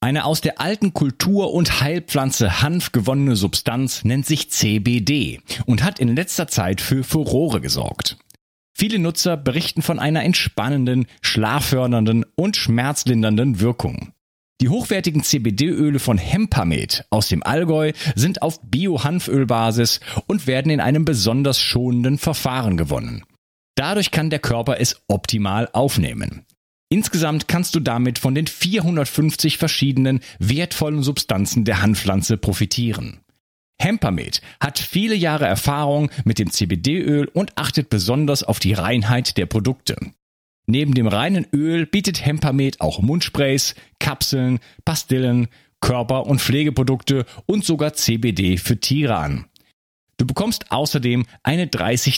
Eine aus der alten Kultur- und Heilpflanze Hanf gewonnene Substanz nennt sich CBD und hat in letzter Zeit für Furore gesorgt. Viele Nutzer berichten von einer entspannenden, schlaffördernden und schmerzlindernden Wirkung. Die hochwertigen CBD-Öle von Hempamet aus dem Allgäu sind auf Bio-Hanfölbasis und werden in einem besonders schonenden Verfahren gewonnen. Dadurch kann der Körper es optimal aufnehmen. Insgesamt kannst du damit von den 450 verschiedenen wertvollen Substanzen der Hanfpflanze profitieren. Hempamet hat viele Jahre Erfahrung mit dem CBD-Öl und achtet besonders auf die Reinheit der Produkte. Neben dem reinen Öl bietet Hempamet auch Mundsprays, Kapseln, Pastillen, Körper- und Pflegeprodukte und sogar CBD für Tiere an. Du bekommst außerdem eine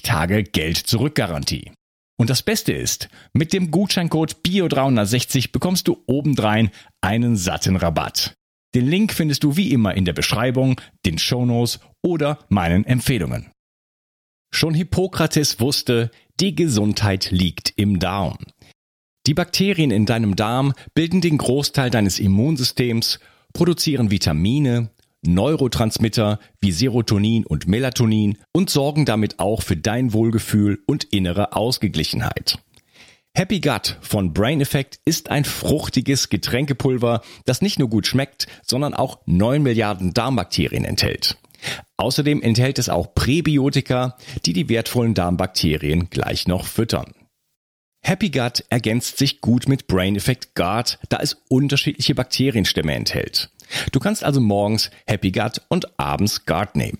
30-Tage-Geld-Zurück-Garantie. Und das Beste ist, mit dem Gutscheincode BIO360 bekommst du obendrein einen satten Rabatt. Den Link findest du wie immer in der Beschreibung, den Shownotes oder meinen Empfehlungen. Schon Hippokrates wusste, die Gesundheit liegt im Darm. Die Bakterien in deinem Darm bilden den Großteil deines Immunsystems, produzieren Vitamine, Neurotransmitter wie Serotonin und Melatonin und sorgen damit auch für dein Wohlgefühl und innere Ausgeglichenheit. Happy Gut von Brain Effect ist ein fruchtiges Getränkepulver, das nicht nur gut schmeckt, sondern auch 9 Milliarden Darmbakterien enthält. Außerdem enthält es auch Präbiotika, die die wertvollen Darmbakterien gleich noch füttern. Happy Gut ergänzt sich gut mit Brain Effect Guard, da es unterschiedliche Bakterienstämme enthält. Du kannst also morgens Happy Gut und abends Guard nehmen.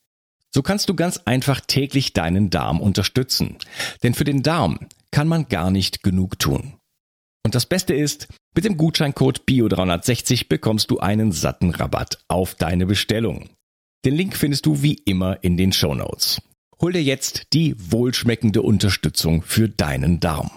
So kannst du ganz einfach täglich deinen Darm unterstützen. Denn für den Darm kann man gar nicht genug tun. Und das Beste ist, mit dem Gutscheincode BIO360 bekommst du einen satten Rabatt auf deine Bestellung. Den Link findest du wie immer in den Shownotes. Hol dir jetzt die wohlschmeckende Unterstützung für deinen Darm.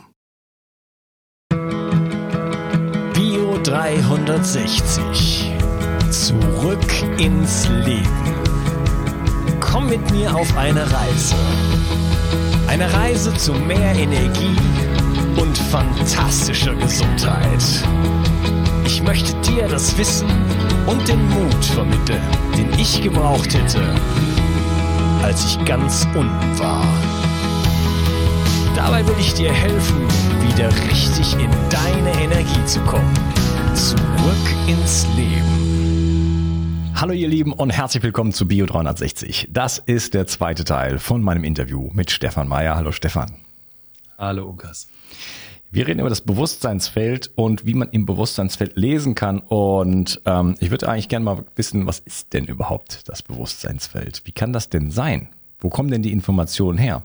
BIO360. Zurück ins Leben. Komm mit mir auf eine Reise. Eine Reise zu mehr Energie und fantastischer Gesundheit. Ich möchte dir das Wissen und den Mut vermitteln, den ich gebraucht hätte, als ich ganz unten war. Dabei will ich dir helfen, wieder richtig in deine Energie zu kommen. Zurück ins Leben. Hallo ihr Lieben und herzlich willkommen zu BIO360. Das ist der zweite Teil von meinem Interview mit Stefan Meyer. Hallo Stefan. Hallo Unkas. Wir reden über das Bewusstseinsfeld und wie man im Bewusstseinsfeld lesen kann. Und ich würde eigentlich gerne mal wissen, was ist denn überhaupt das Bewusstseinsfeld? Wie kann das denn sein? Wo kommen denn die Informationen her?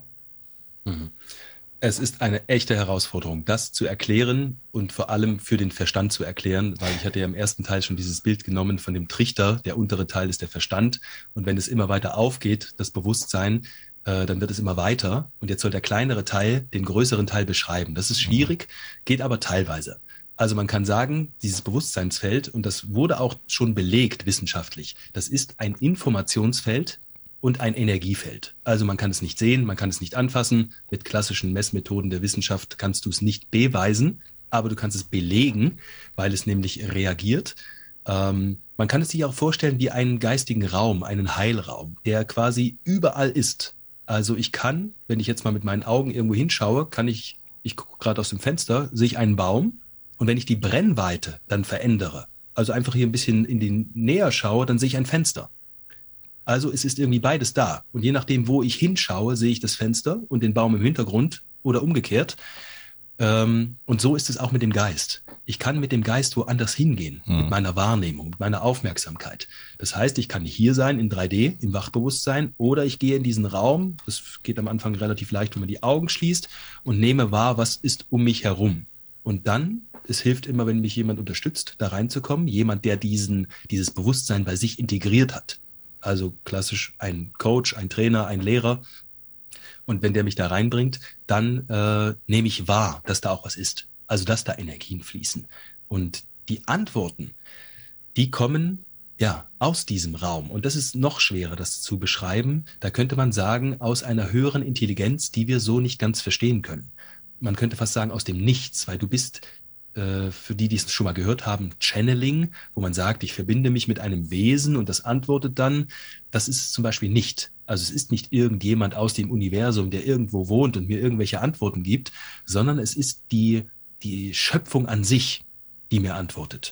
Es ist eine echte Herausforderung, das zu erklären und vor allem für den Verstand zu erklären, weil ich hatte ja im ersten Teil schon dieses Bild genommen von dem Trichter. Der untere Teil ist der Verstand. Und wenn es immer weiter aufgeht, das Bewusstsein, dann wird es immer weiter. Und jetzt soll der kleinere Teil den größeren Teil beschreiben. Das ist schwierig, geht aber teilweise. Also man kann sagen, dieses Bewusstseinsfeld, und das wurde auch schon belegt wissenschaftlich, das ist ein Informationsfeld und ein Energiefeld. Also man kann es nicht sehen, man kann es nicht anfassen. Mit klassischen Messmethoden der Wissenschaft kannst du es nicht beweisen, aber du kannst es belegen, weil es nämlich reagiert. Man kann es sich auch vorstellen wie einen geistigen Raum, einen Heilraum, der quasi überall ist. Also ich kann, wenn ich jetzt mal mit meinen Augen irgendwo hinschaue, ich gucke gerade aus dem Fenster, sehe ich einen Baum, und wenn ich die Brennweite dann verändere, also einfach hier ein bisschen in den näher schaue, dann sehe ich ein Fenster. Also es ist irgendwie beides da. Und je nachdem, wo ich hinschaue, sehe ich das Fenster und den Baum im Hintergrund oder umgekehrt. Und so ist es auch mit dem Geist. Ich kann mit dem Geist woanders hingehen, mit meiner Wahrnehmung, mit meiner Aufmerksamkeit. Das heißt, ich kann hier sein in 3D, im Wachbewusstsein, oder ich gehe in diesen Raum, das geht am Anfang relativ leicht, wenn man die Augen schließt, und nehme wahr, was ist um mich herum. Und dann, es hilft immer, wenn mich jemand unterstützt, da reinzukommen, jemand, der dieses Bewusstsein bei sich integriert hat. Also klassisch ein Coach, ein Trainer, ein Lehrer. Und wenn der mich da reinbringt, dann nehme ich wahr, dass da auch was ist. Also dass da Energien fließen. Und die Antworten, die kommen ja aus diesem Raum. Und das ist noch schwerer, das zu beschreiben. Da könnte man sagen, aus einer höheren Intelligenz, die wir so nicht ganz verstehen können. Man könnte fast sagen, aus dem Nichts, weil du bist für die es schon mal gehört haben, Channeling, wo man sagt, ich verbinde mich mit einem Wesen und das antwortet dann. Das ist es zum Beispiel nicht. Also es ist nicht irgendjemand aus dem Universum, der irgendwo wohnt und mir irgendwelche Antworten gibt, sondern es ist die Schöpfung an sich, die mir antwortet.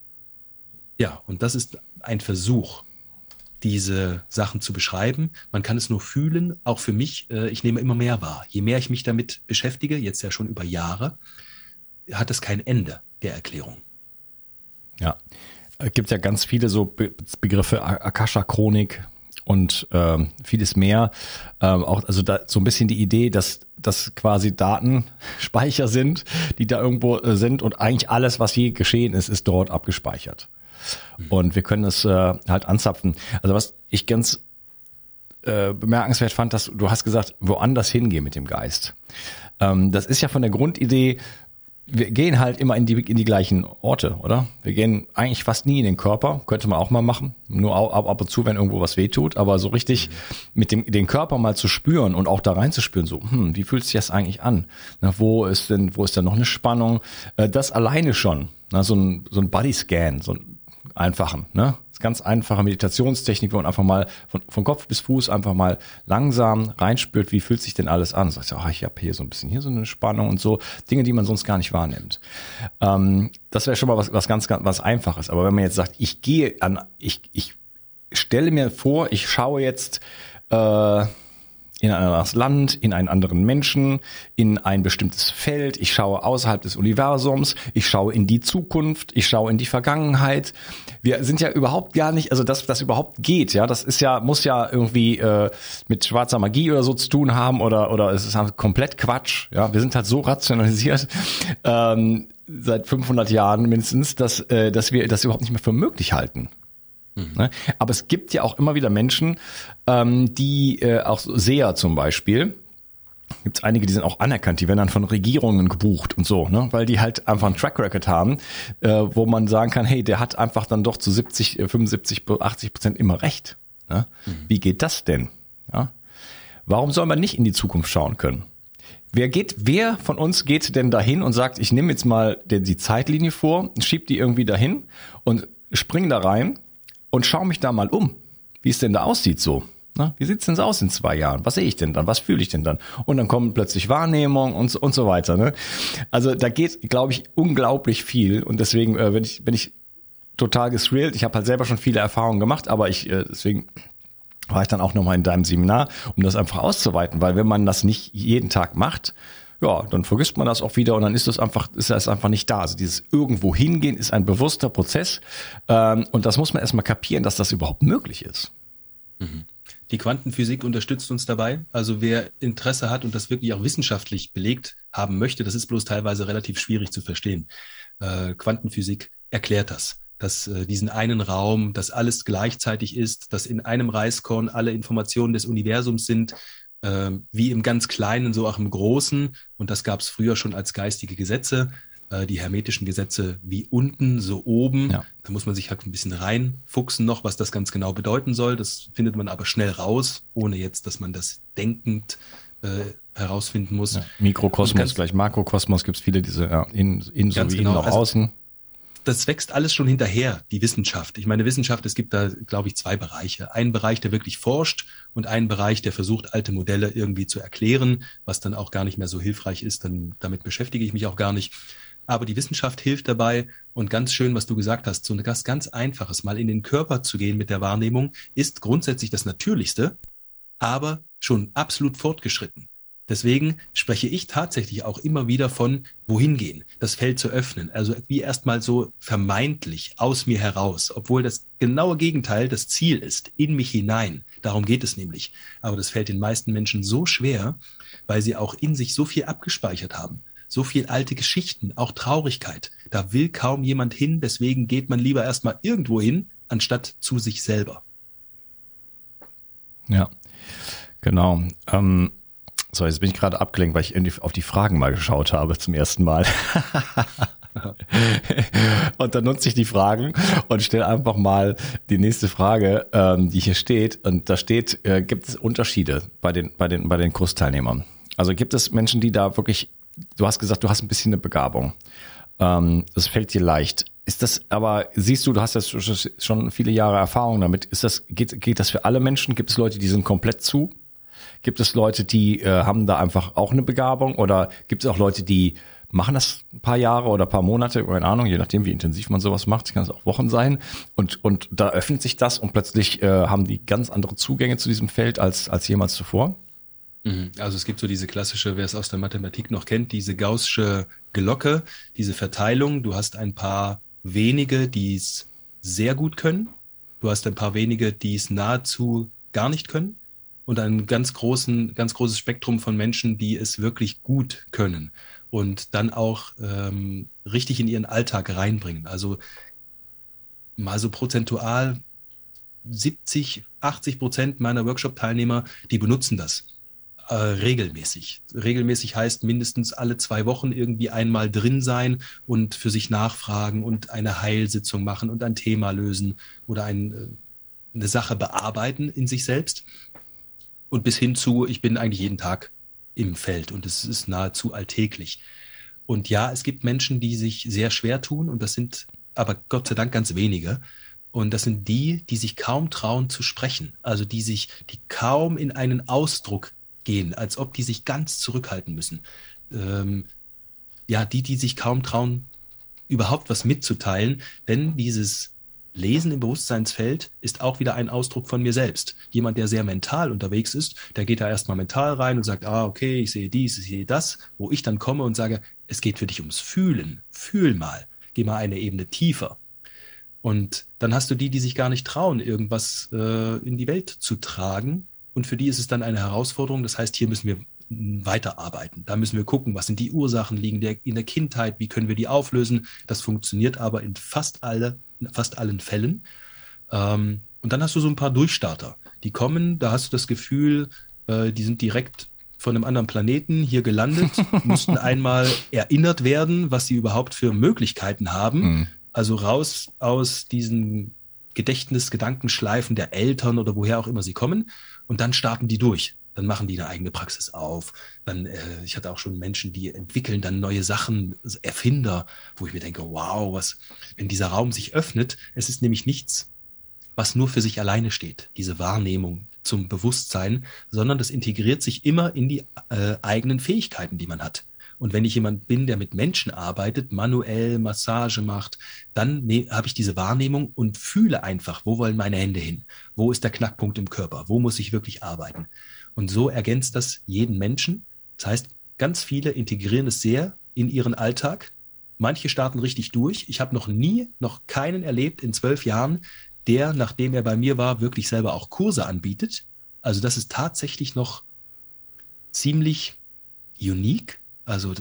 Ja, und das ist ein Versuch, diese Sachen zu beschreiben. Man kann es nur fühlen, auch für mich. Ich nehme immer mehr wahr. Je mehr ich mich damit beschäftige, jetzt ja schon über Jahre, hat es kein Ende der Erklärung. Ja, es gibt ja ganz viele so Begriffe, Akasha-Chronik und vieles mehr. Auch also da so ein bisschen die Idee, dass das quasi Datenspeicher sind, die da irgendwo sind und eigentlich alles, was je geschehen ist, ist dort abgespeichert. Und wir können es halt anzapfen. Also was ich ganz bemerkenswert fand, dass du hast gesagt, woanders hingehen mit dem Geist. Das ist ja von der Grundidee, wir gehen halt immer in die gleichen Orte, oder? Wir gehen eigentlich fast nie in den Körper, könnte man auch mal machen, nur ab und zu, wenn irgendwo was wehtut, aber so richtig mit den Körper mal zu spüren und auch da reinzuspüren, so, wie fühlt sich das eigentlich an? Na, wo ist da noch eine Spannung? Das alleine schon, so ein Bodyscan, so ein einfachen, ne? Das ist ganz einfache Meditationstechnik, wo man einfach mal von Kopf bis Fuß einfach mal langsam reinspürt, wie fühlt sich denn alles an? Sagt, ich habe hier so ein bisschen hier so eine Spannung und so Dinge, die man sonst gar nicht wahrnimmt. Das wäre schon mal was ganz Einfaches. Aber wenn man jetzt sagt, ich stelle mir vor, ich schaue jetzt in ein anderes Land, in einen anderen Menschen, in ein bestimmtes Feld. Ich schaue außerhalb des Universums. Ich schaue in die Zukunft. Ich schaue in die Vergangenheit. Wir sind ja überhaupt gar nicht, also dass das überhaupt geht, ja, das ist ja, muss ja irgendwie mit schwarzer Magie oder so zu tun haben oder es ist halt komplett Quatsch. Ja, wir sind halt so rationalisiert seit 500 Jahren mindestens, dass wir das überhaupt nicht mehr für möglich halten. Mhm. Aber es gibt ja auch immer wieder Menschen, die auch Seher zum Beispiel, gibt es einige, die sind auch anerkannt, die werden dann von Regierungen gebucht und so, ne, weil die halt einfach einen Track Record haben, wo man sagen kann, hey, der hat einfach dann doch zu 70, 75, 80% immer recht. Ne? Mhm. Wie geht das denn? Ja? Warum soll man nicht in die Zukunft schauen können? Wer von uns geht denn dahin und sagt, ich nehme jetzt mal die Zeitlinie vor, schieb die irgendwie dahin und spring da rein und schau mich da mal um, wie es denn da aussieht so. Na, wie sieht's denn so aus in 2 Jahren? Was sehe ich denn dann? Was fühle ich denn dann? Und dann kommen plötzlich Wahrnehmung und so weiter. Ne? Also da geht, glaube ich, unglaublich viel. Und deswegen bin ich total gestrillt. Ich habe halt selber schon viele Erfahrungen gemacht, aber deswegen war ich dann auch nochmal in deinem Seminar, um das einfach auszuweiten. Weil wenn man das nicht jeden Tag macht, ja, dann vergisst man das auch wieder und dann ist das einfach nicht da. Also dieses irgendwo hingehen ist ein bewusster Prozess und das muss man erstmal kapieren, dass das überhaupt möglich ist. Die Quantenphysik unterstützt uns dabei. Also wer Interesse hat und das wirklich auch wissenschaftlich belegt haben möchte, das ist bloß teilweise relativ schwierig zu verstehen. Quantenphysik erklärt das. Dass diesen einen Raum, dass alles gleichzeitig ist, dass in einem Reiskorn alle Informationen des Universums sind, wie im ganz Kleinen, so auch im Großen. Und das gab es früher schon als geistige Gesetze. Die hermetischen Gesetze wie unten, so oben. Ja. Da muss man sich halt ein bisschen reinfuchsen noch, was das ganz genau bedeuten soll. Das findet man aber schnell raus, ohne jetzt, dass man das denkend herausfinden muss. Ja. Mikrokosmos gleich Makrokosmos, gibt es viele diese innen sowie genau. innen auch außen. Das wächst alles schon hinterher, die Wissenschaft. Ich meine, Wissenschaft, es gibt da, glaube ich, 2 Bereiche. Einen Bereich, der wirklich forscht und einen Bereich, der versucht, alte Modelle irgendwie zu erklären, was dann auch gar nicht mehr so hilfreich ist. Dann damit beschäftige ich mich auch gar nicht. Aber die Wissenschaft hilft dabei und ganz schön, was du gesagt hast, so etwas ganz Einfaches, mal in den Körper zu gehen mit der Wahrnehmung, ist grundsätzlich das Natürlichste, aber schon absolut fortgeschritten. Deswegen spreche ich tatsächlich auch immer wieder von wohin gehen, das Feld zu öffnen. Also wie erstmal so vermeintlich aus mir heraus, obwohl das genaue Gegenteil das Ziel ist, in mich hinein. Darum geht es nämlich. Aber das fällt den meisten Menschen so schwer, weil sie auch in sich so viel abgespeichert haben. So viel alte Geschichten, auch Traurigkeit. Da will kaum jemand hin, deswegen geht man lieber erstmal irgendwo hin, anstatt zu sich selber. Ja, genau. So, jetzt bin ich gerade abgelenkt, weil ich irgendwie auf die Fragen mal geschaut habe zum ersten Mal. Und dann nutze ich die Fragen und stelle einfach mal die nächste Frage, die hier steht. Und da steht, gibt es Unterschiede bei den Kursteilnehmern? Also gibt es Menschen, die da wirklich, du hast gesagt, du hast ein bisschen eine Begabung. Das fällt dir leicht. Ist das, aber siehst du hast jetzt schon viele Jahre Erfahrung damit. Geht das für alle Menschen? Gibt es Leute, die sind komplett zu? Gibt es Leute, die haben da einfach auch eine Begabung? Oder gibt es auch Leute, die machen das ein paar Jahre oder ein paar Monate, keine Ahnung, je nachdem, wie intensiv man sowas macht, kann es auch Wochen sein. Und da öffnet sich das und plötzlich haben die ganz andere Zugänge zu diesem Feld als jemals zuvor? Also es gibt so diese klassische, wer es aus der Mathematik noch kennt, diese gaußsche Glocke, diese Verteilung. Du hast ein paar wenige, die es sehr gut können. Du hast ein paar wenige, die es nahezu gar nicht können. Und ein ganz großes Spektrum von Menschen, die es wirklich gut können und dann auch richtig in ihren Alltag reinbringen. Also mal so prozentual 70-80% meiner Workshop-Teilnehmer, die benutzen das regelmäßig. Regelmäßig heißt mindestens alle 2 Wochen irgendwie einmal drin sein und für sich nachfragen und eine Heilsitzung machen und ein Thema lösen oder eine Sache bearbeiten in sich selbst. Und bis hin zu, ich bin eigentlich jeden Tag im Feld und es ist nahezu alltäglich. Und ja, es gibt Menschen, die sich sehr schwer tun und das sind aber Gott sei Dank ganz wenige. Und das sind die sich kaum trauen zu sprechen. Also die kaum in einen Ausdruck gehen, als ob die sich ganz zurückhalten müssen. Die sich kaum trauen, überhaupt was mitzuteilen, denn dieses Lesen im Bewusstseinsfeld ist auch wieder ein Ausdruck von mir selbst. Jemand, der sehr mental unterwegs ist, der geht da erstmal mental rein und sagt, okay, ich sehe dies, ich sehe das, wo ich dann komme und sage, es geht für dich ums Fühlen. Fühl mal, geh mal eine Ebene tiefer. Und dann hast du die sich gar nicht trauen, irgendwas in die Welt zu tragen. Und für die ist es dann eine Herausforderung. Das heißt, hier müssen wir weiterarbeiten. Da müssen wir gucken, was sind die Ursachen, liegen in der Kindheit, wie können wir die auflösen. Das funktioniert aber in fast allen Fällen. Und dann hast du so ein paar Durchstarter. Die kommen, da hast du das Gefühl, die sind direkt von einem anderen Planeten hier gelandet, mussten einmal erinnert werden, was sie überhaupt für Möglichkeiten haben. Also raus aus diesen Gedankenschleifen der Eltern oder woher auch immer sie kommen. Und dann starten die durch. Dann machen die eine eigene Praxis auf. Dann, ich hatte auch schon Menschen, die entwickeln dann neue Sachen, Erfinder, wo ich mir denke, wow, wenn dieser Raum sich öffnet, es ist nämlich nichts, was nur für sich alleine steht, diese Wahrnehmung zum Bewusstsein, sondern das integriert sich immer in die eigenen Fähigkeiten, die man hat. Und wenn ich jemand bin, der mit Menschen arbeitet, manuell Massage macht, dann habe ich diese Wahrnehmung und fühle einfach, wo wollen meine Hände hin? Wo ist der Knackpunkt im Körper? Wo muss ich wirklich arbeiten? Und so ergänzt das jeden Menschen. Das heißt, ganz viele integrieren es sehr in ihren Alltag. Manche starten richtig durch. Ich habe noch keinen erlebt in 12 Jahren, der, nachdem er bei mir war, wirklich selber auch Kurse anbietet. Also das ist tatsächlich noch ziemlich unique. Also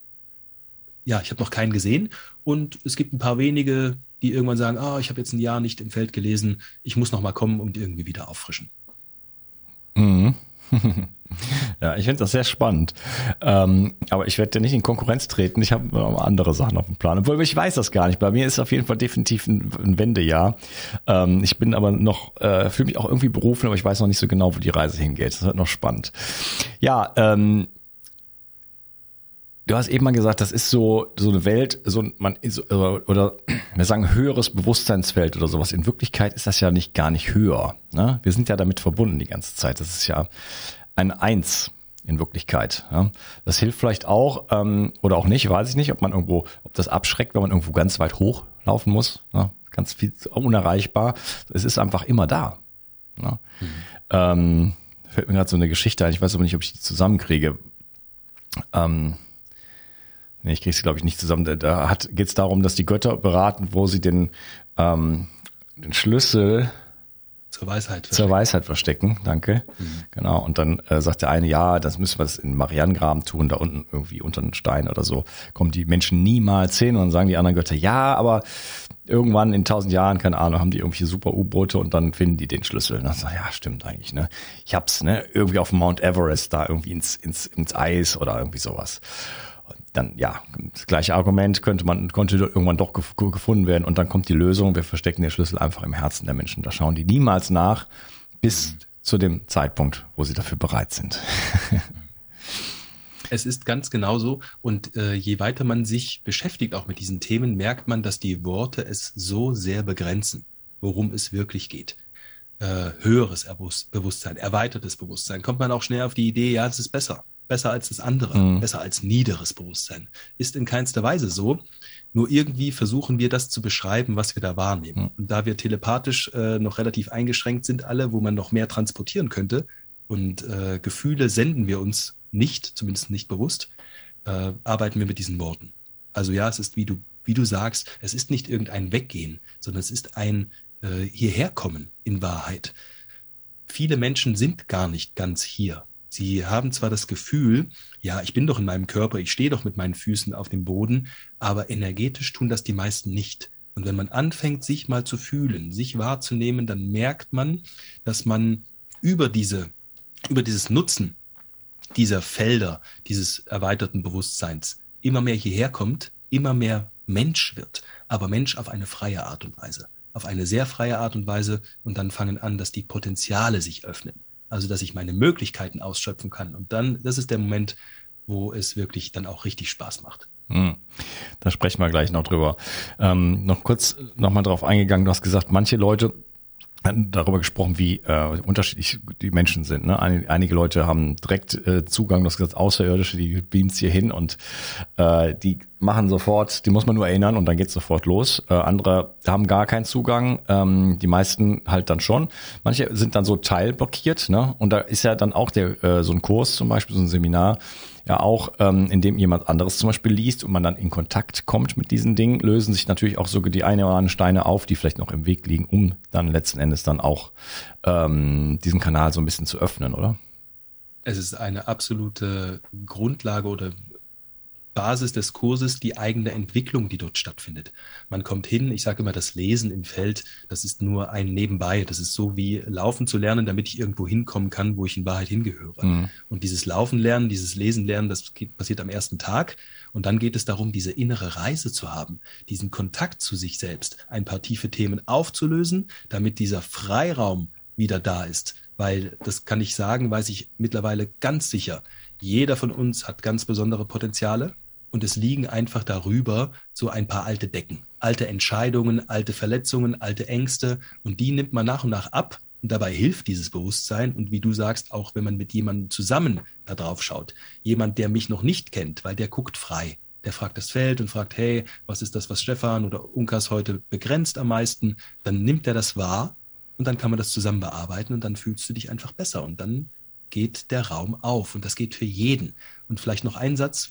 ja, ich habe noch keinen gesehen und es gibt ein paar wenige, die irgendwann sagen, ich habe jetzt ein Jahr nicht im Feld gelesen, ich muss noch mal kommen und irgendwie wieder auffrischen. Mhm. Ja, ich finde das sehr spannend. Aber ich werde ja nicht in Konkurrenz treten. Ich habe noch andere Sachen auf dem Plan. Obwohl ich weiß das gar nicht. Bei mir ist auf jeden Fall definitiv ein Wendejahr. Ich bin aber noch, fühle mich auch irgendwie berufen, aber ich weiß noch nicht so genau, wo die Reise hingeht. Das wird noch spannend. Ja, du hast eben mal gesagt, das ist so eine Welt, oder wir sagen höheres Bewusstseinsfeld oder sowas. In Wirklichkeit ist das ja gar nicht höher. Ne? Wir sind ja damit verbunden die ganze Zeit. Das ist ja ein Eins in Wirklichkeit. Ja? Das hilft vielleicht auch oder auch nicht, weiß ich nicht, ob das abschreckt, wenn man irgendwo ganz weit hochlaufen muss. Ne? Ganz viel unerreichbar. Es ist einfach immer da. Ne? Fällt mir gerade so eine Geschichte ein. Ich weiß aber nicht, ob ich die zusammenkriege. Nee, ich kriege sie, glaube ich, nicht zusammen. Da geht es darum, dass die Götter beraten, wo sie den Schlüssel zur Weisheit verstecken. Danke. Genau. Und dann sagt der eine, ja, das müssen wir das in Marianengraben tun, da unten irgendwie unter einen Stein oder so. Kommen die Menschen niemals hin und dann sagen die anderen Götter, ja, aber irgendwann in 1000 Jahren, keine Ahnung, haben die irgendwie super U-Boote und dann finden die den Schlüssel. Und dann sagt, ja, stimmt eigentlich, ne? Ich hab's, ne? Irgendwie auf Mount Everest da irgendwie ins Eis oder irgendwie sowas. Dann, ja, das gleiche Argument konnte irgendwann doch gefunden werden und dann kommt die Lösung, wir verstecken den Schlüssel einfach im Herzen der Menschen. Da schauen die niemals nach, bis zu dem Zeitpunkt, wo sie dafür bereit sind. Es ist ganz genauso. Und je weiter man sich beschäftigt, auch mit diesen Themen, merkt man, dass die Worte es so sehr begrenzen, worum es wirklich geht. Höheres Bewusstsein, erweitertes Bewusstsein. Kommt man auch schnell auf die Idee, ja, das ist besser. Besser als das andere, besser als niederes Bewusstsein. Ist in keinster Weise so. Nur irgendwie versuchen wir das zu beschreiben, was wir da wahrnehmen. Und da wir telepathisch noch relativ eingeschränkt sind alle, wo man noch mehr transportieren könnte und Gefühle senden wir uns nicht, zumindest nicht bewusst, arbeiten wir mit diesen Worten. Also ja, es ist, wie du sagst, es ist nicht irgendein Weggehen, sondern es ist ein Hierherkommen in Wahrheit. Viele Menschen sind gar nicht ganz hier. Sie haben zwar das Gefühl, ja, ich bin doch in meinem Körper, ich stehe doch mit meinen Füßen auf dem Boden, aber energetisch tun das die meisten nicht. Und wenn man anfängt, sich mal zu fühlen, sich wahrzunehmen, dann merkt man, dass man über dieses Nutzen dieser Felder, dieses erweiterten Bewusstseins immer mehr hierher kommt, immer mehr Mensch wird, aber Mensch auf eine freie Art und Weise, auf eine sehr freie Art und Weise, und dann fangen an, dass die Potenziale sich öffnen. Also, dass ich meine Möglichkeiten ausschöpfen kann. Und dann, das ist der Moment, wo es wirklich dann auch richtig Spaß macht. Da sprechen wir gleich noch drüber. Noch kurz nochmal drauf eingegangen. Du hast gesagt, manche Leute hatten darüber gesprochen, wie unterschiedlich die Menschen sind. Ne? Einige Leute haben direkt Zugang, du hast gesagt, Außerirdische, die beamen hier hin und die machen sofort, die muss man nur erinnern und dann geht's sofort los. Andere haben gar keinen Zugang, die meisten halt dann schon. Manche sind dann so teilblockiert, ne? Und da ist ja dann auch so ein Kurs zum Beispiel, so ein Seminar, ja auch, in dem jemand anderes zum Beispiel liest und man dann in Kontakt kommt mit diesen Dingen, lösen sich natürlich auch so die eine oder anderen Steine auf, die vielleicht noch im Weg liegen, um dann letzten Endes dann auch diesen Kanal so ein bisschen zu öffnen, oder? Es ist eine absolute Grundlage oder Basis des Kurses, die eigene Entwicklung, die dort stattfindet. Man kommt hin, ich sage immer, das Lesen im Feld, das ist nur ein Nebenbei. Das ist so wie Laufen zu lernen, damit ich irgendwo hinkommen kann, wo ich in Wahrheit hingehöre. Und dieses Laufen lernen, dieses Lesen lernen, das passiert am ersten Tag. Und dann geht es darum, diese innere Reise zu haben, diesen Kontakt zu sich selbst, ein paar tiefe Themen aufzulösen, damit dieser Freiraum wieder da ist. Weil, das kann ich sagen, weiß ich mittlerweile ganz sicher, jeder von uns hat ganz besondere Potenziale. Und es liegen einfach darüber so ein paar alte Decken, alte Entscheidungen, alte Verletzungen, alte Ängste. Und die nimmt man nach und nach ab. Und dabei hilft dieses Bewusstsein. Und wie du sagst, auch wenn man mit jemandem zusammen da drauf schaut. Jemand, der mich noch nicht kennt, weil der guckt frei. Der fragt das Feld und fragt, hey, was ist das, was Stefan oder Unkas heute begrenzt am meisten? Dann nimmt er das wahr und dann kann man das zusammen bearbeiten und dann fühlst du dich einfach besser. Und dann geht der Raum auf. Und das geht für jeden. Und vielleicht noch ein Satz.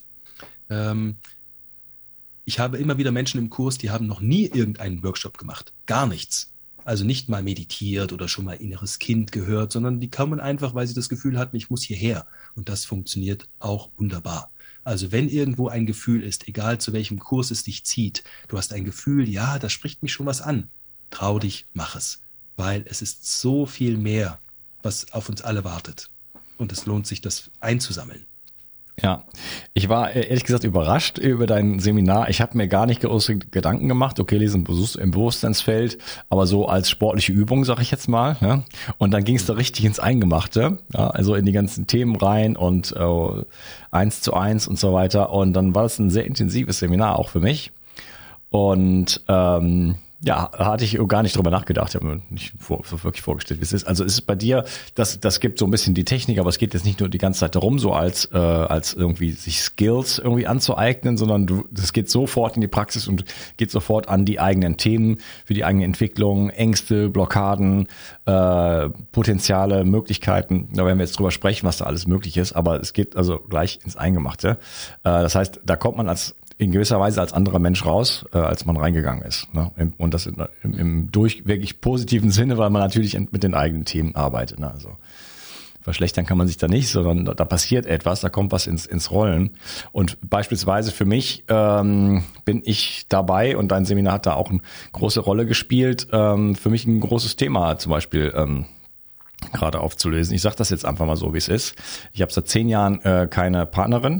Ich habe immer wieder Menschen im Kurs, die haben noch nie irgendeinen Workshop gemacht. Gar nichts. Also nicht mal meditiert oder schon mal inneres Kind gehört, sondern die kommen einfach, weil sie das Gefühl hatten, ich muss hierher. Und das funktioniert auch wunderbar. Also wenn irgendwo ein Gefühl ist, egal zu welchem Kurs es dich zieht, du hast ein Gefühl, ja, da spricht mich schon was an. Trau dich, mach es. Weil es ist so viel mehr, was auf uns alle wartet. Und es lohnt sich, das einzusammeln. Ja, ich war ehrlich gesagt überrascht über dein Seminar. Ich habe mir gar nicht große Gedanken gemacht. Okay, lesen im Bewusstseinsfeld, aber so als sportliche Übung, sag ich jetzt mal. Ja? Und dann ging es da richtig ins Eingemachte, ja? Also in die ganzen Themen rein und 1:1 und so weiter. Und dann war das ein sehr intensives Seminar auch für mich. Und ja, hatte ich gar nicht drüber nachgedacht. Ich habe mir nicht wirklich vorgestellt, wie es ist. Also ist es bei dir, das gibt so ein bisschen die Technik, aber es geht jetzt nicht nur die ganze Zeit darum, so als irgendwie sich Skills irgendwie anzueignen, sondern das geht sofort in die Praxis und geht sofort an die eigenen Themen, für die eigene Entwicklung, Ängste, Blockaden, Potenziale, Möglichkeiten. Da werden wir jetzt drüber sprechen, was da alles möglich ist, aber es geht also gleich ins Eingemachte. Das heißt, da kommt man in gewisser Weise als anderer Mensch raus, als man reingegangen ist. Ne? Und das im durchweg positiven Sinne, weil man natürlich mit den eigenen Themen arbeitet. Ne? Also verschlechtern kann man sich da nicht, sondern da passiert etwas, da kommt was ins Rollen. Und beispielsweise für mich bin ich dabei, und dein Seminar hat da auch eine große Rolle gespielt, für mich ein großes Thema zum Beispiel gerade aufzulösen. Ich sage das jetzt einfach mal so, wie es ist. Ich habe seit 10 Jahren keine Partnerin.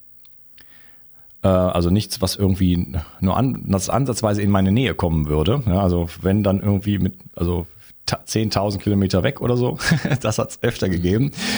Also nichts, was irgendwie nur ansatzweise in meine Nähe kommen würde. Ja, also wenn dann irgendwie 10.000 Kilometer weg oder so. Das hat's öfter gegeben.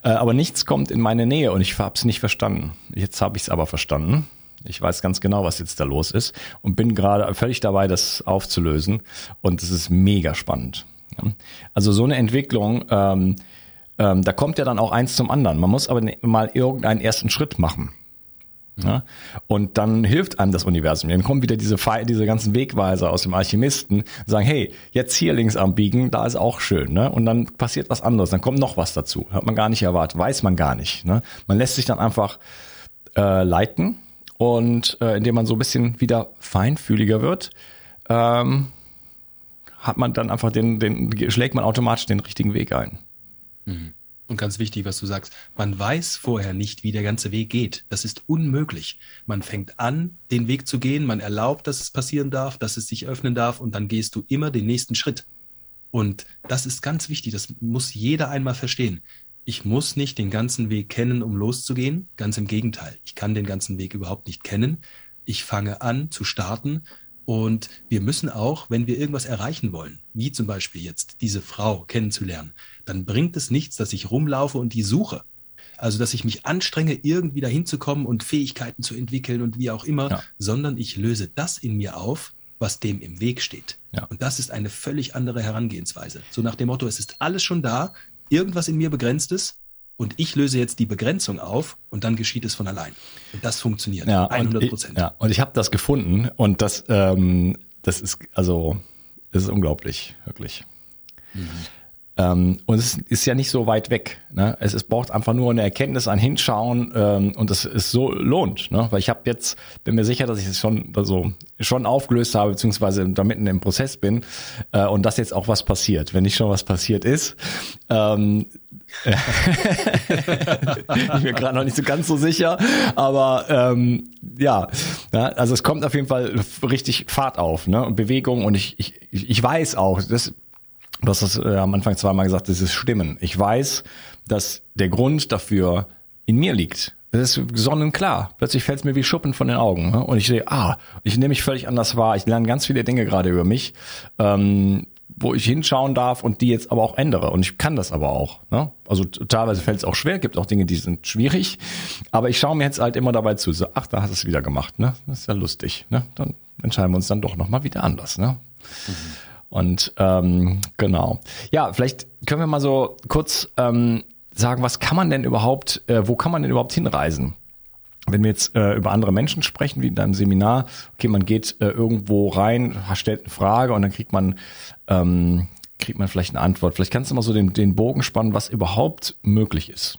Aber nichts kommt in meine Nähe und ich habe es nicht verstanden. Jetzt habe ich es aber verstanden. Ich weiß ganz genau, was jetzt da los ist und bin gerade völlig dabei, das aufzulösen. Und es ist mega spannend. Also so eine Entwicklung, da kommt ja dann auch eins zum anderen. Man muss aber mal irgendeinen ersten Schritt machen. Ja? Und dann hilft einem das Universum. Dann kommen wieder diese ganzen Wegweiser aus dem Alchemisten, sagen, hey, jetzt hier links abbiegen, da ist auch schön. Ne? Und dann passiert was anderes, dann kommt noch was dazu. Hat man gar nicht erwartet, weiß man gar nicht. Ne? Man lässt sich dann einfach leiten und indem man so ein bisschen wieder feinfühliger wird, hat man dann einfach schlägt man automatisch den richtigen Weg ein. Und ganz wichtig, was du sagst, man weiß vorher nicht, wie der ganze Weg geht. Das ist unmöglich. Man fängt an, den Weg zu gehen, man erlaubt, dass es passieren darf, dass es sich öffnen darf und dann gehst du immer den nächsten Schritt. Und das ist ganz wichtig, das muss jeder einmal verstehen. Ich muss nicht den ganzen Weg kennen, um loszugehen. Ganz im Gegenteil, ich kann den ganzen Weg überhaupt nicht kennen. Ich fange an zu starten. Und wir müssen auch, wenn wir irgendwas erreichen wollen, wie zum Beispiel jetzt diese Frau kennenzulernen, dann bringt es nichts, dass ich rumlaufe und die suche. Also, dass ich mich anstrenge, irgendwie dahin zu kommen und Fähigkeiten zu entwickeln und wie auch immer, sondern ich löse das in mir auf, was dem im Weg steht. Ja. Und das ist eine völlig andere Herangehensweise. So nach dem Motto, es ist alles schon da, irgendwas in mir begrenzt ist, und ich löse jetzt die Begrenzung auf und dann geschieht es von allein. Und das funktioniert, 100%. Und ich habe das gefunden und das ist unglaublich, wirklich. Und es ist ja nicht so weit weg. Ne? Es braucht einfach nur eine Erkenntnis, ein Hinschauen und es ist so lohnt. Ne? Weil bin mir sicher, dass ich es schon aufgelöst habe, beziehungsweise da mitten im Prozess bin und dass jetzt auch was passiert. Wenn nicht schon was passiert ist, ich bin gerade noch nicht so ganz so sicher, aber also es kommt auf jeden Fall richtig Fahrt auf, ne? Und Bewegung und ich weiß auch, du hast das am Anfang zweimal gesagt, das ist Stimmen. Ich weiß, dass der Grund dafür in mir liegt. Das ist sonnenklar. Plötzlich fällt es mir wie Schuppen von den Augen. Ne? Und ich sehe, ich nehme mich völlig anders wahr. Ich lerne ganz viele Dinge gerade über mich, wo ich hinschauen darf und die jetzt aber auch ändere. Und ich kann das aber auch. Ne? Also teilweise fällt es auch schwer, gibt auch Dinge, die sind schwierig. Aber ich schaue mir jetzt halt immer dabei zu. So, da hast du es wieder gemacht. Ne? Das ist ja lustig. Ne? Dann entscheiden wir uns dann doch nochmal wieder anders. Ne? Und genau. Ja, vielleicht können wir mal so kurz sagen, was kann man denn überhaupt, wo kann man denn überhaupt hinreisen? Wenn wir jetzt über andere Menschen sprechen, wie in deinem Seminar, okay, man geht irgendwo rein, stellt eine Frage und dann kriegt man vielleicht eine Antwort. Vielleicht kannst du mal so den Bogen spannen, was überhaupt möglich ist.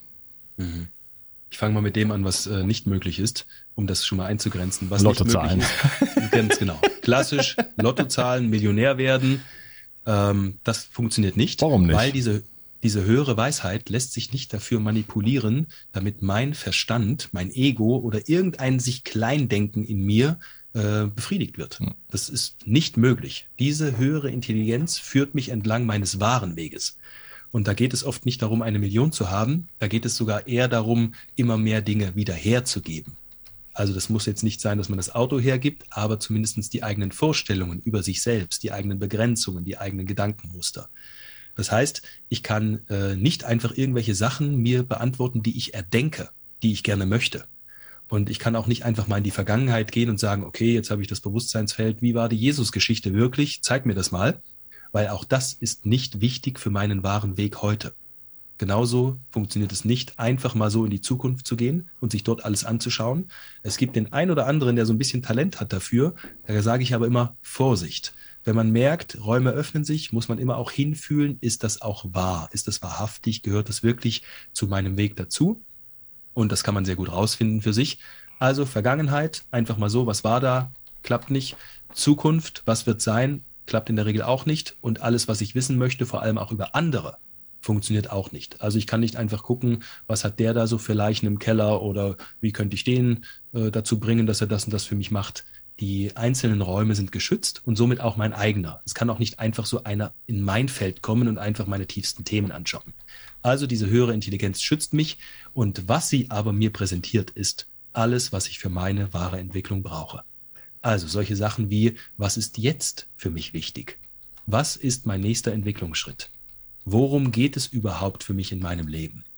Ich fange mal mit dem an, was nicht möglich ist, um das schon mal einzugrenzen. Was Lottozahlen. Nicht möglich ist, ganz genau. Klassisch, Lottozahlen, Millionär werden, das funktioniert nicht. Warum nicht? Weil diese höhere Weisheit lässt sich nicht dafür manipulieren, damit mein Verstand, mein Ego oder irgendein sich Kleindenken in mir befriedigt wird. Das ist nicht möglich. Diese höhere Intelligenz führt mich entlang meines wahren Weges. Und da geht es oft nicht darum, 1 Million zu haben, da geht es sogar eher darum, immer mehr Dinge wieder herzugeben. Also das muss jetzt nicht sein, dass man das Auto hergibt, aber zumindest die eigenen Vorstellungen über sich selbst, die eigenen Begrenzungen, die eigenen Gedankenmuster. Das heißt, ich kann nicht einfach irgendwelche Sachen mir beantworten, die ich erdenke, die ich gerne möchte. Und ich kann auch nicht einfach mal in die Vergangenheit gehen und sagen, okay, jetzt habe ich das Bewusstseinsfeld, wie war die Jesus-Geschichte wirklich? Zeig mir das mal. Weil auch das ist nicht wichtig für meinen wahren Weg heute. Genauso funktioniert es nicht, einfach mal so in die Zukunft zu gehen und sich dort alles anzuschauen. Es gibt den einen oder anderen, der so ein bisschen Talent hat dafür. Da sage ich aber immer, Vorsicht. Wenn man merkt, Räume öffnen sich, muss man immer auch hinfühlen, ist das auch wahr? Ist das wahrhaftig? Gehört das wirklich zu meinem Weg dazu? Und das kann man sehr gut rausfinden für sich. Also Vergangenheit, einfach mal so, was war da? Klappt nicht. Zukunft, was wird sein? Klappt in der Regel auch nicht. Und alles, was ich wissen möchte, vor allem auch über andere, funktioniert auch nicht. Also ich kann nicht einfach gucken, was hat der da so für Leichen im Keller oder wie könnte ich den dazu bringen, dass er das und das für mich macht. Die einzelnen Räume sind geschützt und somit auch mein eigener. Es kann auch nicht einfach so einer in mein Feld kommen und einfach meine tiefsten Themen anschauen. Also diese höhere Intelligenz schützt mich und was sie aber mir präsentiert, ist alles, was ich für meine wahre Entwicklung brauche. Also solche Sachen wie, was ist jetzt für mich wichtig? Was ist mein nächster Entwicklungsschritt? Worum geht es überhaupt für mich in meinem Leben?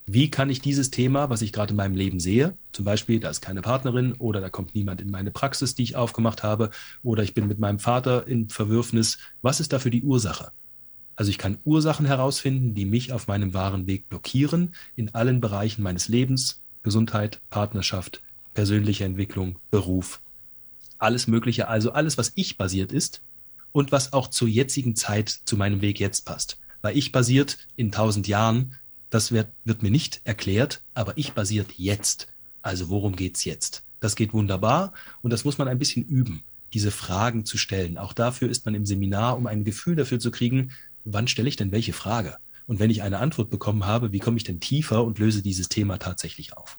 Wie kann ich dieses Thema, was ich gerade in meinem Leben sehe, zum Beispiel, da ist keine Partnerin oder da kommt niemand in meine Praxis, die ich aufgemacht habe, oder ich bin mit meinem Vater in Verwürfnis, was ist dafür die Ursache? Also ich kann Ursachen herausfinden, die mich auf meinem wahren Weg blockieren, in allen Bereichen meines Lebens, Gesundheit, Partnerschaft, persönliche Entwicklung, Beruf, alles Mögliche, also alles, was ich-basiert ist und was auch zur jetzigen Zeit zu meinem Weg jetzt passt. Weil ich-basiert in 1000 Jahren, das wird mir nicht erklärt, aber ich-basiert jetzt. Also worum geht's jetzt? Das geht wunderbar und das muss man ein bisschen üben, diese Fragen zu stellen. Auch dafür ist man im Seminar, um ein Gefühl dafür zu kriegen, wann stelle ich denn welche Frage? Und wenn ich eine Antwort bekommen habe, wie komme ich denn tiefer und löse dieses Thema tatsächlich auf?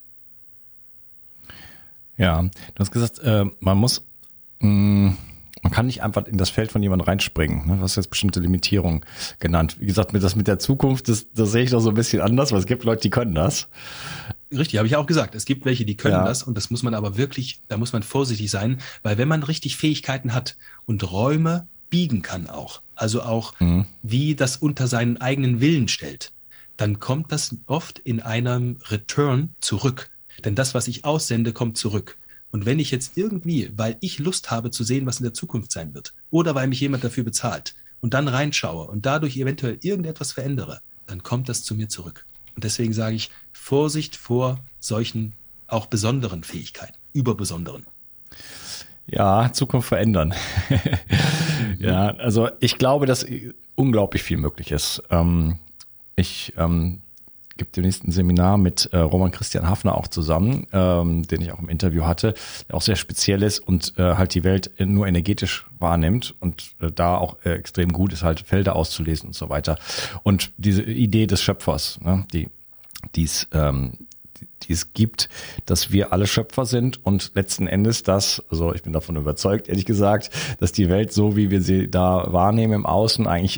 Ja, du hast gesagt, man kann nicht einfach in das Feld von jemandem reinspringen. Du hast jetzt bestimmte Limitierungen genannt. Wie gesagt, das mit der Zukunft, das sehe ich doch so ein bisschen anders, weil es gibt Leute, die können das. Richtig, habe ich auch gesagt. Es gibt welche, die können das und das muss man aber wirklich, da muss man vorsichtig sein, weil wenn man richtig Fähigkeiten hat und Räume biegen kann auch, also auch wie das unter seinen eigenen Willen stellt, dann kommt das oft in einem Return zurück. Denn das, was ich aussende, kommt zurück. Und wenn ich jetzt irgendwie, weil ich Lust habe zu sehen, was in der Zukunft sein wird, oder weil mich jemand dafür bezahlt und dann reinschaue und dadurch eventuell irgendetwas verändere, dann kommt das zu mir zurück. Und deswegen sage ich, Vorsicht vor solchen auch besonderen Fähigkeiten, überbesonderen. Ja, Zukunft verändern. Ja, also ich glaube, dass unglaublich viel möglich ist. Ich gibt demnächst ein Seminar mit Roman Christian Hafner auch zusammen, den ich auch im Interview hatte, der auch sehr speziell ist und halt die Welt nur energetisch wahrnimmt und da auch extrem gut ist, halt Felder auszulesen und so weiter. Und diese Idee des Schöpfers, ne, die es gibt, dass wir alle Schöpfer sind und letzten Endes also ich bin davon überzeugt, ehrlich gesagt, dass die Welt so, wie wir sie da wahrnehmen im Außen, eigentlich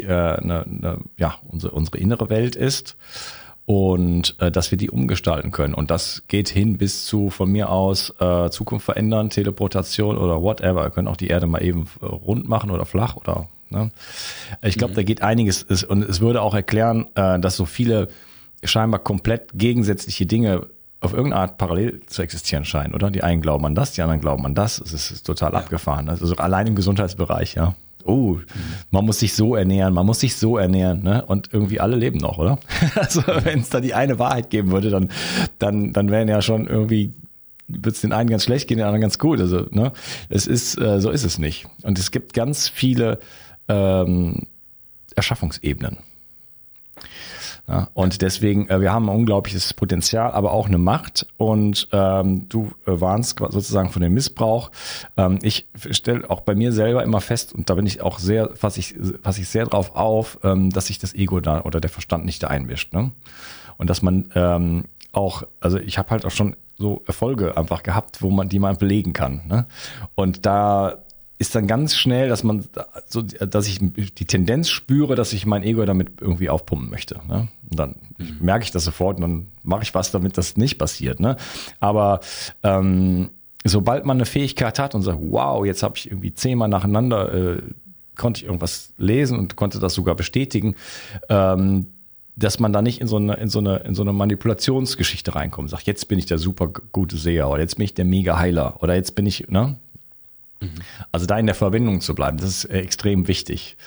unsere innere Welt ist. Und dass wir die umgestalten können. Und das geht hin bis zu, von mir aus, Zukunft verändern, Teleportation oder whatever. Wir können auch die Erde mal eben rund machen oder flach oder. Ne? Ich glaube, da geht einiges. Und es würde auch erklären, dass so viele scheinbar komplett gegensätzliche Dinge auf irgendeine Art parallel zu existieren scheinen, oder? Die einen glauben an das, die anderen glauben an das. Es ist total abgefahren. Also allein im Gesundheitsbereich, ja. Man muss sich so ernähren, ne? Und irgendwie alle leben noch, oder? Also wenn es da die eine Wahrheit geben würde, dann wären ja schon irgendwie, wird es den einen ganz schlecht gehen, den anderen ganz gut. Also, ne? Es ist, so ist es nicht. Und es gibt ganz viele Erschaffungsebenen. Ja, und deswegen, wir haben ein unglaubliches Potenzial, aber auch eine Macht. Und du warnst sozusagen von dem Missbrauch. Ich stelle auch bei mir selber immer fest, und da bin ich auch passe ich sehr drauf auf, dass sich das Ego da oder der Verstand nicht da einmischt. Ne? Und dass man also ich habe halt auch schon so Erfolge einfach gehabt, die man belegen kann. Ne? Und da ist dann ganz schnell, dass ich die Tendenz spüre, dass ich mein Ego damit irgendwie aufpumpen möchte. Ne? Und dann merke ich das sofort und dann mache ich was, damit das nicht passiert. Ne? Aber sobald man eine Fähigkeit hat und sagt, wow, jetzt habe ich irgendwie 10-mal nacheinander, konnte ich irgendwas lesen und konnte das sogar bestätigen, dass man da nicht in so eine Manipulationsgeschichte reinkommt. Sagt, jetzt bin ich der super gute Seher oder jetzt bin ich der mega Heiler oder jetzt bin ich, ne? Also da in der Verbindung zu bleiben, das ist extrem wichtig.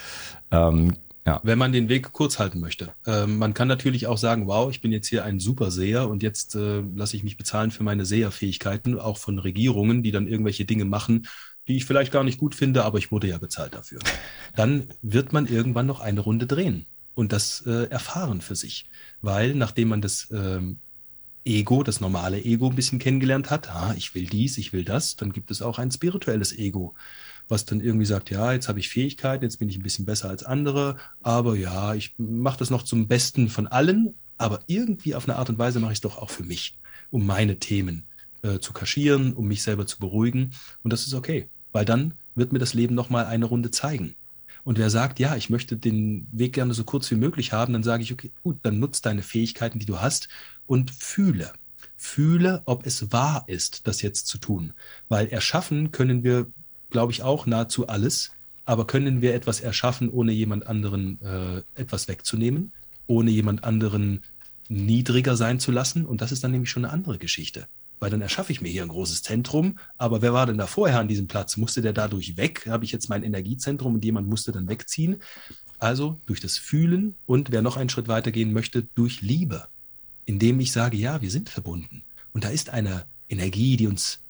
Wenn man den Weg kurz halten möchte. Man kann natürlich auch sagen, wow, ich bin jetzt hier ein Superseher und jetzt lasse ich mich bezahlen für meine Seherfähigkeiten, auch von Regierungen, die dann irgendwelche Dinge machen, die ich vielleicht gar nicht gut finde, aber ich wurde ja bezahlt dafür. Dann wird man irgendwann noch eine Runde drehen und das erfahren für sich. Weil nachdem man das Ego, das normale Ego ein bisschen kennengelernt hat, ich will dies, ich will das, dann gibt es auch ein spirituelles Ego, was dann irgendwie sagt, ja, jetzt habe ich Fähigkeiten, jetzt bin ich ein bisschen besser als andere, aber ja, ich mache das noch zum Besten von allen, aber irgendwie auf eine Art und Weise mache ich es doch auch für mich, um meine Themen zu kaschieren, um mich selber zu beruhigen und das ist okay, weil dann wird mir das Leben nochmal eine Runde zeigen. Und wer sagt, ja, ich möchte den Weg gerne so kurz wie möglich haben, dann sage ich, okay, gut, dann nutz deine Fähigkeiten, die du hast und fühle. Fühle, ob es wahr ist, das jetzt zu tun. Weil erschaffen können wir, glaube ich, auch nahezu alles. Aber können wir etwas erschaffen, ohne jemand anderen etwas wegzunehmen? Ohne jemand anderen niedriger sein zu lassen. Und das ist dann nämlich schon eine andere Geschichte. Weil dann erschaffe ich mir hier ein großes Zentrum. Aber wer war denn da vorher an diesem Platz? Musste der dadurch weg? Habe ich jetzt mein Energiezentrum und jemand musste dann wegziehen? Also durch das Fühlen und wer noch einen Schritt weiter gehen möchte, durch Liebe. Indem ich sage, ja, wir sind verbunden. Und da ist eine Energie, die uns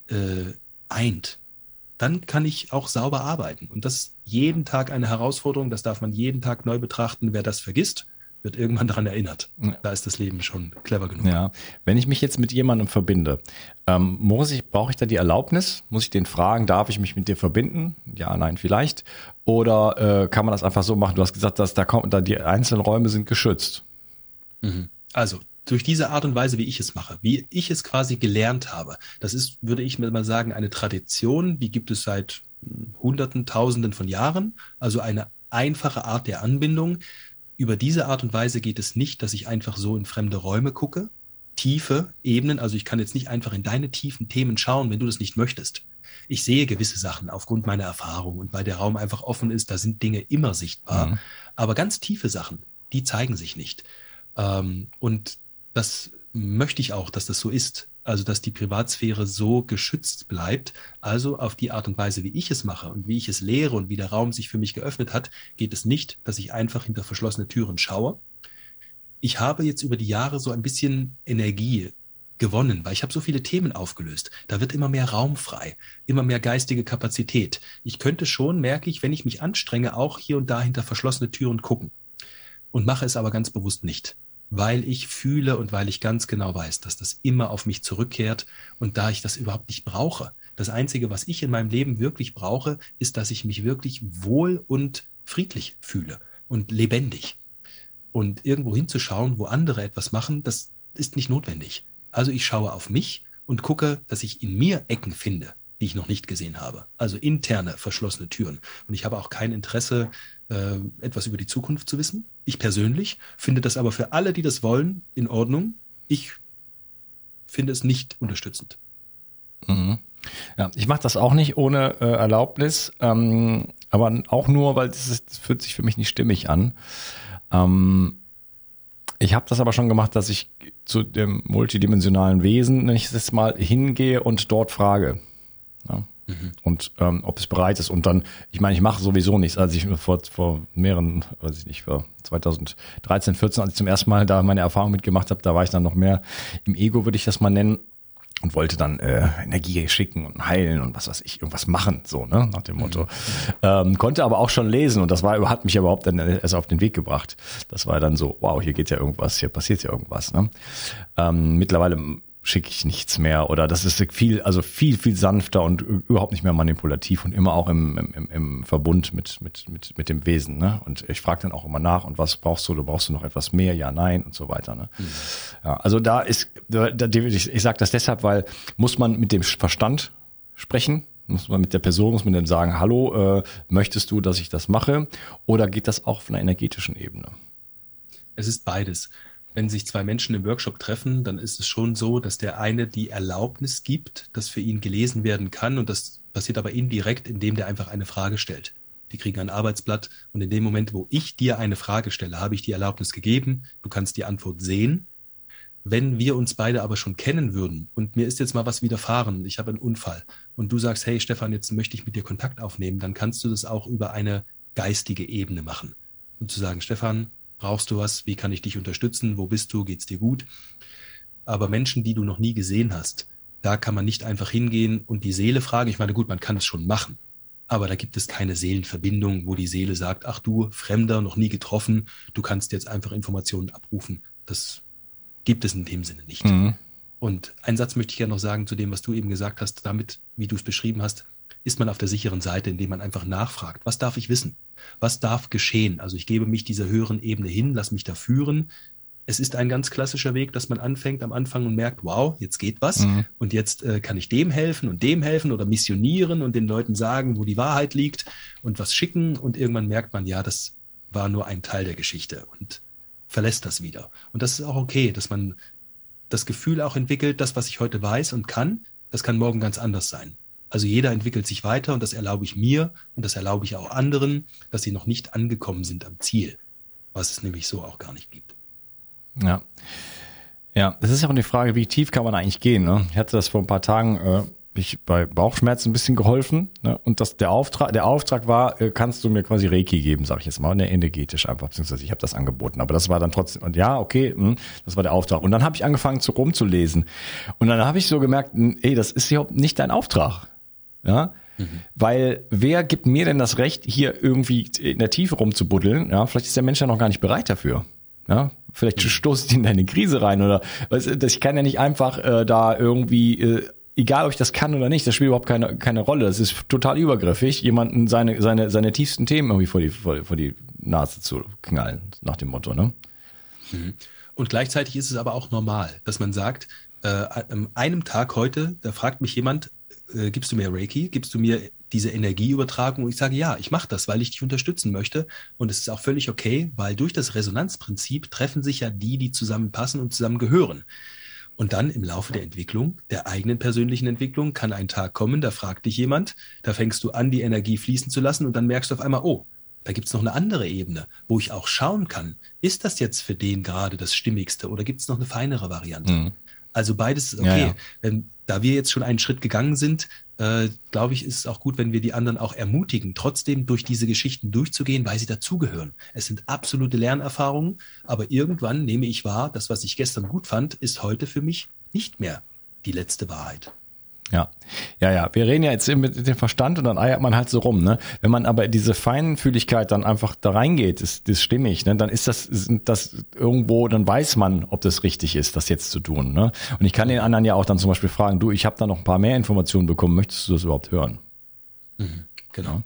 eint. Dann kann ich auch sauber arbeiten. Und das ist jeden Tag eine Herausforderung. Das darf man jeden Tag neu betrachten. Wer das vergisst, wird irgendwann daran erinnert. Da ist das Leben schon clever genug. Ja, wenn ich mich jetzt mit jemandem verbinde, brauche ich da die Erlaubnis? Muss ich den fragen, darf ich mich mit dir verbinden? Ja, nein, vielleicht. Oder kann man das einfach so machen? Du hast gesagt, dass da die einzelnen Räume sind geschützt. Also durch diese Art und Weise, wie ich es mache, wie ich es quasi gelernt habe, das ist, würde ich mal sagen, eine Tradition, die gibt es seit Hunderten, Tausenden von Jahren. Also eine einfache Art der Anbindung. Über diese Art und Weise geht es nicht, dass ich einfach so in fremde Räume gucke, tiefe Ebenen, also ich kann jetzt nicht einfach in deine tiefen Themen schauen, wenn du das nicht möchtest. Ich sehe gewisse Sachen aufgrund meiner Erfahrung und weil der Raum einfach offen ist, da sind Dinge immer sichtbar, aber ganz tiefe Sachen, die zeigen sich nicht. Und das möchte ich auch, dass das so ist. Also, dass die Privatsphäre so geschützt bleibt. Also auf die Art und Weise, wie ich es mache und wie ich es lehre und wie der Raum sich für mich geöffnet hat, geht es nicht, dass ich einfach hinter verschlossene Türen schaue. Ich habe jetzt über die Jahre so ein bisschen Energie gewonnen, weil ich habe so viele Themen aufgelöst. Da wird immer mehr Raum frei, immer mehr geistige Kapazität. Ich könnte schon, merke ich, wenn ich mich anstrenge, auch hier und da hinter verschlossene Türen gucken und mache es aber ganz bewusst nicht. Weil ich fühle und weil ich ganz genau weiß, dass das immer auf mich zurückkehrt und da ich das überhaupt nicht brauche. Das Einzige, was ich in meinem Leben wirklich brauche, ist, dass ich mich wirklich wohl und friedlich fühle und lebendig. Und irgendwo hinzuschauen, wo andere etwas machen, das ist nicht notwendig. Also ich schaue auf mich und gucke, dass ich in mir Ecken finde, die ich noch nicht gesehen habe. Also interne, verschlossene Türen. Und ich habe auch kein Interesse, etwas über die Zukunft zu wissen. Ich persönlich finde das aber für alle, die das wollen, in Ordnung. Ich finde es nicht unterstützend. Ja, ich mache das auch nicht ohne Erlaubnis, aber auch nur, weil das fühlt sich für mich nicht stimmig an. Ich habe das aber schon gemacht, dass ich zu dem multidimensionalen Wesen, wenn ich es jetzt mal hingehe und dort frage. Ja. Und ob es bereit ist. Und dann, ich meine, ich mache sowieso nichts. Als ich vor mehreren, weiß ich nicht, vor 2013, 14, als ich zum ersten Mal da meine Erfahrung mitgemacht habe, da war ich dann noch mehr im Ego, würde ich das mal nennen. Und wollte dann Energie schicken und heilen und was weiß ich, irgendwas machen, so, ne, nach dem Motto. Konnte aber auch schon lesen und das hat mich überhaupt dann erst auf den Weg gebracht. Das war dann so, wow, hier geht ja irgendwas, hier passiert ja irgendwas, ne. Mittlerweile schicke ich nichts mehr oder das ist viel sanfter und überhaupt nicht mehr manipulativ und immer auch im Verbund mit dem Wesen, ne? Und ich frage dann auch immer nach und was brauchst du noch etwas mehr, ja, nein und so weiter, ne? Ja, also ich sage das deshalb, weil muss man mit dem Verstand sprechen, muss man mit der Person, muss man dem sagen, hallo, möchtest du, dass ich das mache oder geht das auch auf einer energetischen Ebene? Es ist beides. Wenn sich zwei Menschen im Workshop treffen, dann ist es schon so, dass der eine die Erlaubnis gibt, dass für ihn gelesen werden kann und das passiert aber indirekt, indem der einfach eine Frage stellt. Die kriegen ein Arbeitsblatt und in dem Moment, wo ich dir eine Frage stelle, habe ich die Erlaubnis gegeben, du kannst die Antwort sehen. Wenn wir uns beide aber schon kennen würden und mir ist jetzt mal was widerfahren, ich habe einen Unfall und du sagst, hey Stefan, jetzt möchte ich mit dir Kontakt aufnehmen, dann kannst du das auch über eine geistige Ebene machen. Und zu sagen, Stefan, brauchst du was? Wie kann ich dich unterstützen? Wo bist du? Geht's dir gut? Aber Menschen, die du noch nie gesehen hast, da kann man nicht einfach hingehen und die Seele fragen. Ich meine, gut, man kann es schon machen, aber da gibt es keine Seelenverbindung, wo die Seele sagt, ach du, Fremder, noch nie getroffen, du kannst jetzt einfach Informationen abrufen. Das gibt es in dem Sinne nicht. Und einen Satz möchte ich ja noch sagen zu dem, was du eben gesagt hast. Damit, wie du es beschrieben hast, ist man auf der sicheren Seite, indem man einfach nachfragt. Was darf ich wissen? Was darf geschehen? Also ich gebe mich dieser höheren Ebene hin, lass mich da führen. Es ist ein ganz klassischer Weg, dass man anfängt am Anfang und merkt, wow, jetzt geht was. Und jetzt kann ich dem helfen oder missionieren und den Leuten sagen, wo die Wahrheit liegt und was schicken. Und irgendwann merkt man, ja, das war nur ein Teil der Geschichte und verlässt das wieder. Und das ist auch okay, dass man das Gefühl auch entwickelt, das, was ich heute weiß und kann, das kann morgen ganz anders sein. Also jeder entwickelt sich weiter und das erlaube ich mir und das erlaube ich auch anderen, dass sie noch nicht angekommen sind am Ziel, was es nämlich so auch gar nicht gibt. Ja. Ja, das ist ja auch die Frage, wie tief kann man eigentlich gehen, ne? Ich hatte das vor ein paar Tagen, bei Bauchschmerzen ein bisschen geholfen, ne? Und der Auftrag war, kannst du mir quasi Reiki geben, sage ich jetzt mal, ne, energetisch einfach, beziehungsweise ich habe das angeboten, aber das war dann trotzdem, und ja, okay, das war der Auftrag. Und dann habe ich angefangen rumzulesen und dann habe ich so gemerkt, das ist überhaupt nicht dein Auftrag, ja, weil wer gibt mir denn das Recht, hier irgendwie in der Tiefe rumzubuddeln, ja, vielleicht ist der Mensch ja noch gar nicht bereit dafür. Ja, vielleicht stoßt ihn in eine Krise rein oder ich kann ja nicht einfach da irgendwie, egal ob ich das kann oder nicht, das spielt überhaupt keine Rolle. Das ist total übergriffig, jemanden seine tiefsten Themen irgendwie vor die Nase zu knallen, nach dem Motto, ne? Und gleichzeitig ist es aber auch normal, dass man sagt, an einem Tag heute, da fragt mich jemand, gibst du mir Reiki, gibst du mir diese Energieübertragung? Und ich sage, ja, ich mache das, weil ich dich unterstützen möchte. Und es ist auch völlig okay, weil durch das Resonanzprinzip treffen sich ja die zusammenpassen und zusammengehören. Und dann im Laufe der Entwicklung, der eigenen persönlichen Entwicklung, kann ein Tag kommen, da fragt dich jemand, da fängst du an, die Energie fließen zu lassen und dann merkst du auf einmal, oh, da gibt's noch eine andere Ebene, wo ich auch schauen kann, ist das jetzt für den gerade das Stimmigste oder gibt's noch eine feinere Variante? Mhm. Also beides ist okay. Ja. Da wir jetzt schon einen Schritt gegangen sind, glaube ich, ist es auch gut, wenn wir die anderen auch ermutigen, trotzdem durch diese Geschichten durchzugehen, weil sie dazugehören. Es sind absolute Lernerfahrungen, aber irgendwann nehme ich wahr, das, was ich gestern gut fand, ist heute für mich nicht mehr die letzte Wahrheit. Ja. Wir reden ja jetzt mit dem Verstand und dann eiert man halt so rum, ne? Wenn man aber diese Feinfühligkeit dann einfach da reingeht, ist stimmig, ne? Dann ist das irgendwo, dann weiß man, ob das richtig ist, das jetzt zu tun, ne? Und ich kann den anderen ja auch dann zum Beispiel fragen, du, ich habe da noch ein paar mehr Informationen bekommen, möchtest du das überhaupt hören? Genau.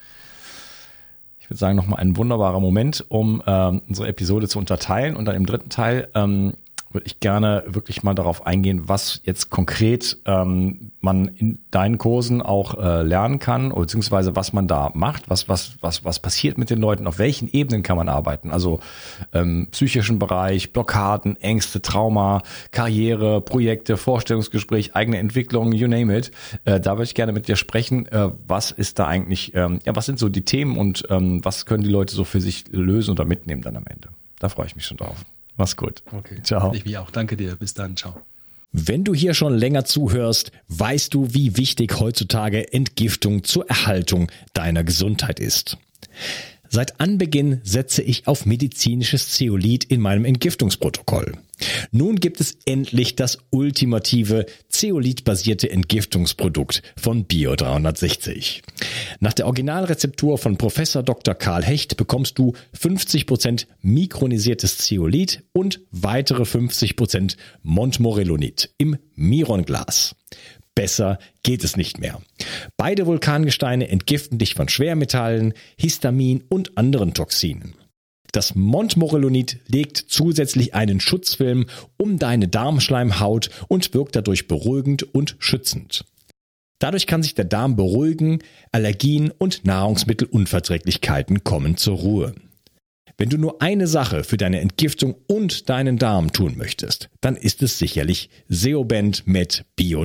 Ich würde sagen, nochmal ein wunderbarer Moment, um unsere Episode zu unterteilen und dann im dritten Teil würde ich gerne wirklich mal darauf eingehen, was jetzt konkret man in deinen Kursen auch lernen kann, beziehungsweise was man da macht, was passiert mit den Leuten, auf welchen Ebenen kann man arbeiten, also psychischen Bereich, Blockaden, Ängste, Trauma, Karriere, Projekte, Vorstellungsgespräch, eigene Entwicklung, you name it. Da würde ich gerne mit dir sprechen, was ist da eigentlich, was sind so die Themen und was können die Leute so für sich lösen oder mitnehmen dann am Ende. Da freue ich mich schon drauf. Mach's gut. Okay. Ciao. Ich mich auch. Danke dir. Bis dann. Ciao. Wenn du hier schon länger zuhörst, weißt du, wie wichtig heutzutage Entgiftung zur Erhaltung deiner Gesundheit ist. Seit Anbeginn setze ich auf medizinisches Zeolit in meinem Entgiftungsprotokoll. Nun gibt es endlich das ultimative Zeolit-basierte Entgiftungsprodukt von Bio360. Nach der Originalrezeptur von Professor Dr. Karl Hecht bekommst du 50% mikronisiertes Zeolit und weitere 50% Montmorillonit im Miron-Glas. Besser geht es nicht mehr. Beide Vulkangesteine entgiften dich von Schwermetallen, Histamin und anderen Toxinen. Das Montmorillonit legt zusätzlich einen Schutzfilm um deine Darmschleimhaut und wirkt dadurch beruhigend und schützend. Dadurch kann sich der Darm beruhigen, Allergien und Nahrungsmittelunverträglichkeiten kommen zur Ruhe. Wenn du nur eine Sache für deine Entgiftung und deinen Darm tun möchtest, dann ist es sicherlich Seobend mit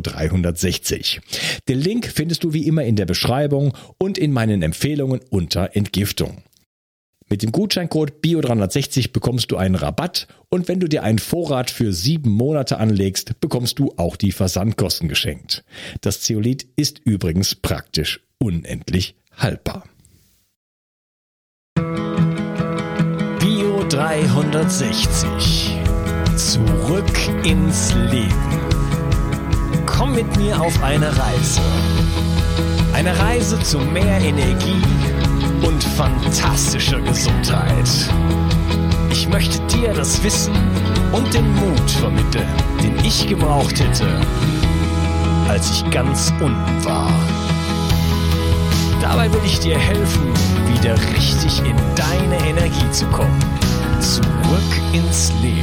Bio360. Den Link findest du wie immer in der Beschreibung und in meinen Empfehlungen unter Entgiftung. Mit dem Gutscheincode Bio360 bekommst du einen Rabatt und wenn du dir einen Vorrat für 7 Monate anlegst, bekommst du auch die Versandkosten geschenkt. Das Zeolit ist übrigens praktisch unendlich haltbar. Bio360. Zurück ins Leben. Komm mit mir auf eine Reise. Eine Reise zu mehr Energie und fantastischer Gesundheit. Ich möchte dir das Wissen und den Mut vermitteln, den ich gebraucht hätte, als ich ganz unten war. Dabei will ich dir helfen, wieder richtig in deine Energie zu kommen. Zurück ins Leben.